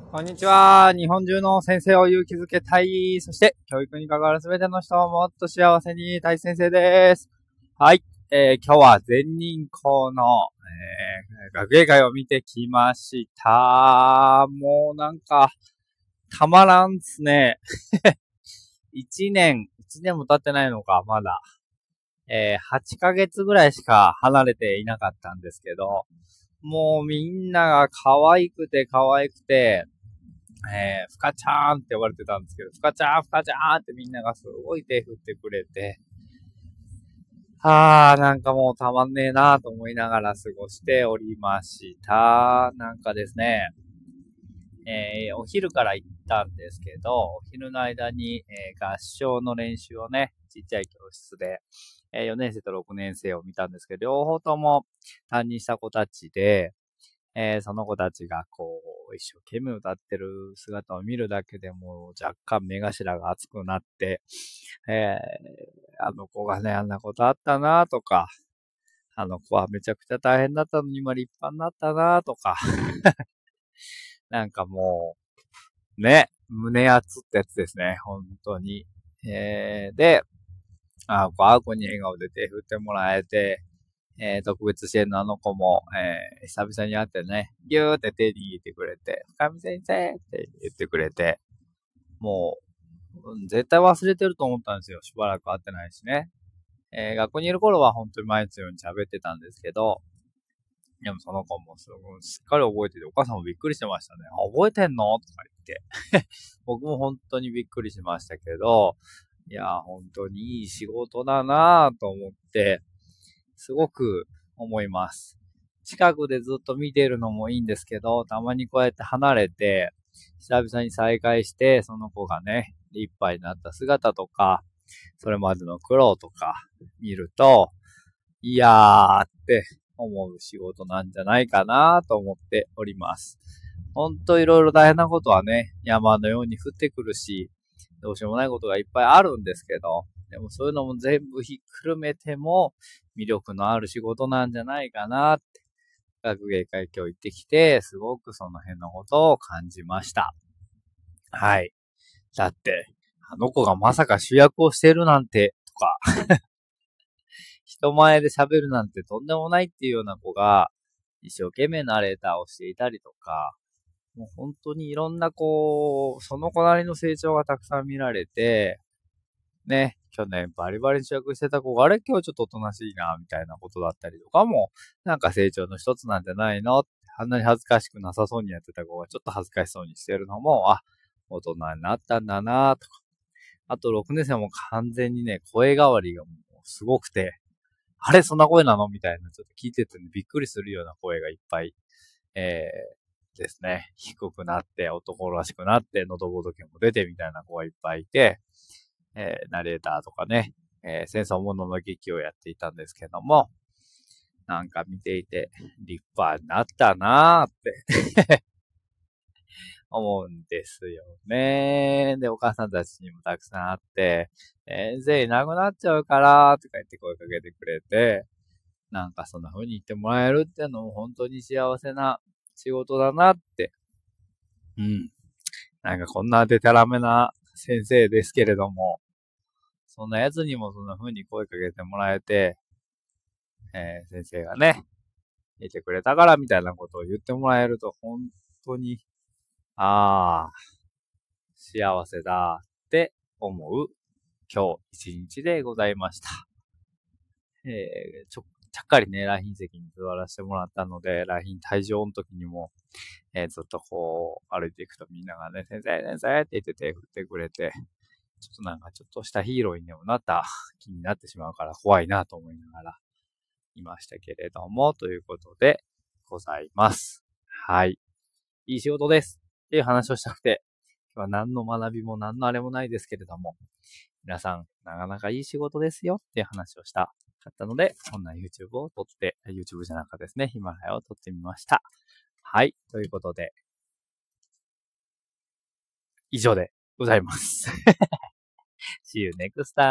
こんにちは。日本中の先生を勇気づけたい。そして、教育に関わるすべての人をもっと幸せにたい先生です。はい。今日は全人校の、学芸会を見てきました。もうなんか、たまらんっすね。一年も経ってないのか、まだ。8ヶ月ぐらいしか離れていなかったんですけど、もうみんなが可愛くて、ふかちゃーんって呼ばれてたんですけど、ふかちゃーんってみんながすごい手振ってくれて、なんかもうたまんねえなーと思いながら過ごしておりました。なんかですね、お昼から行ったんですけど、お昼の間に、合唱の練習をね、ちっちゃい教室で、4年生と6年生を見たんですけど、両方とも担任した子たちで、その子たちがこう、一生懸命歌ってる姿を見るだけでも若干目頭が熱くなって、あの子がね、あんなことあったなとか、あの子はめちゃくちゃ大変だったのに今立派になったなとか、なんかもう、ね、胸熱ってやつですね、本当に。で、あー子に笑顔で手振ってもらえて、特別支援のあの子も、久々に会ってね、ぎゅーって手握ってくれて、深見先生って言ってくれて、もう、絶対忘れてると思ったんですよ。しばらく会ってないしね。学校にいる頃は本当に毎日のように喋ってたんですけど、でもその子もすごいしっかり覚えてて、お母さんもびっくりしてましたね。覚えてんのとか言って。僕も本当にびっくりしましたけど、いや、本当にいい仕事だなぁと思って、すごく思います。近くでずっと見ているのもいいんですけど、たまにこうやって離れて、久々に再会して、その子がね、立派になった姿とか、それまでの苦労とか見ると、いやーって思う仕事なんじゃないかなと思っております。ほんといろいろ大変なことはね、山のように降ってくるし、どうしようもないことがいっぱいあるんですけど、でもそういうのも全部ひっくるめても魅力のある仕事なんじゃないかなって、学芸会今日行ってきて、すごくその辺のことを感じました。はい。だって、あの子がまさか主役をしてるなんて、とか、人前で喋るなんてとんでもないっていうような子が、一生懸命ナレーターをしていたりとか、もう本当にいろんなその子なりの成長がたくさん見られて、ね、去年バリバリ主役してた子が、あれ今日ちょっとおとなしいな、みたいなことだったりとかも、なんか成長の一つなんじゃないの？あんなに恥ずかしくなさそうにやってた子がちょっと恥ずかしそうにしてるのも、大人になったんだな、とか。あと6年生も完全にね、声変わりがもうすごくて、あれそんな声なのみたいな、ちょっと聞いてて、ね、びっくりするような声がいっぱい、ですね。低くなって、男らしくなって、喉仏も出てみたいな子がいっぱいいて、ナレーターとかね、戦争ものの劇をやっていたんですけども、なんか見ていて、立派になったなーって思うんですよね。で、お母さんたちにもたくさんあって、先生いなくなっちゃうから、とか言って声かけてくれて、なんかそんな風に言ってもらえるってのも本当に幸せな仕事だなって、うん。なんかこんなデタラメな先生ですけれども、そんな奴にもそんな風に声かけてもらえて、先生がね、いてくれたからみたいなことを言ってもらえると本当に、ああ、幸せだって思う今日一日でございました。ちゃっかりね、来賓席に座らせてもらったので、来賓退場の時にも、ずっとこう、歩いていくとみんながね、先生先生って言って手振ってくれて、ちょっとなんかちょっとしたヒーローにでもなった気になってしまうから怖いなと思いながらいましたけれども、ということでございます。はい。いい仕事ですっていう話をしたくて、今日は何の学びも何のあれもないですけれども、皆さん、なかなかいい仕事ですよっていう話をしたかったので、こんな YouTube を撮って、YouTube じゃなかったですね、ヒマラヤを撮ってみました。はい。ということで、以上でございます。See you next time.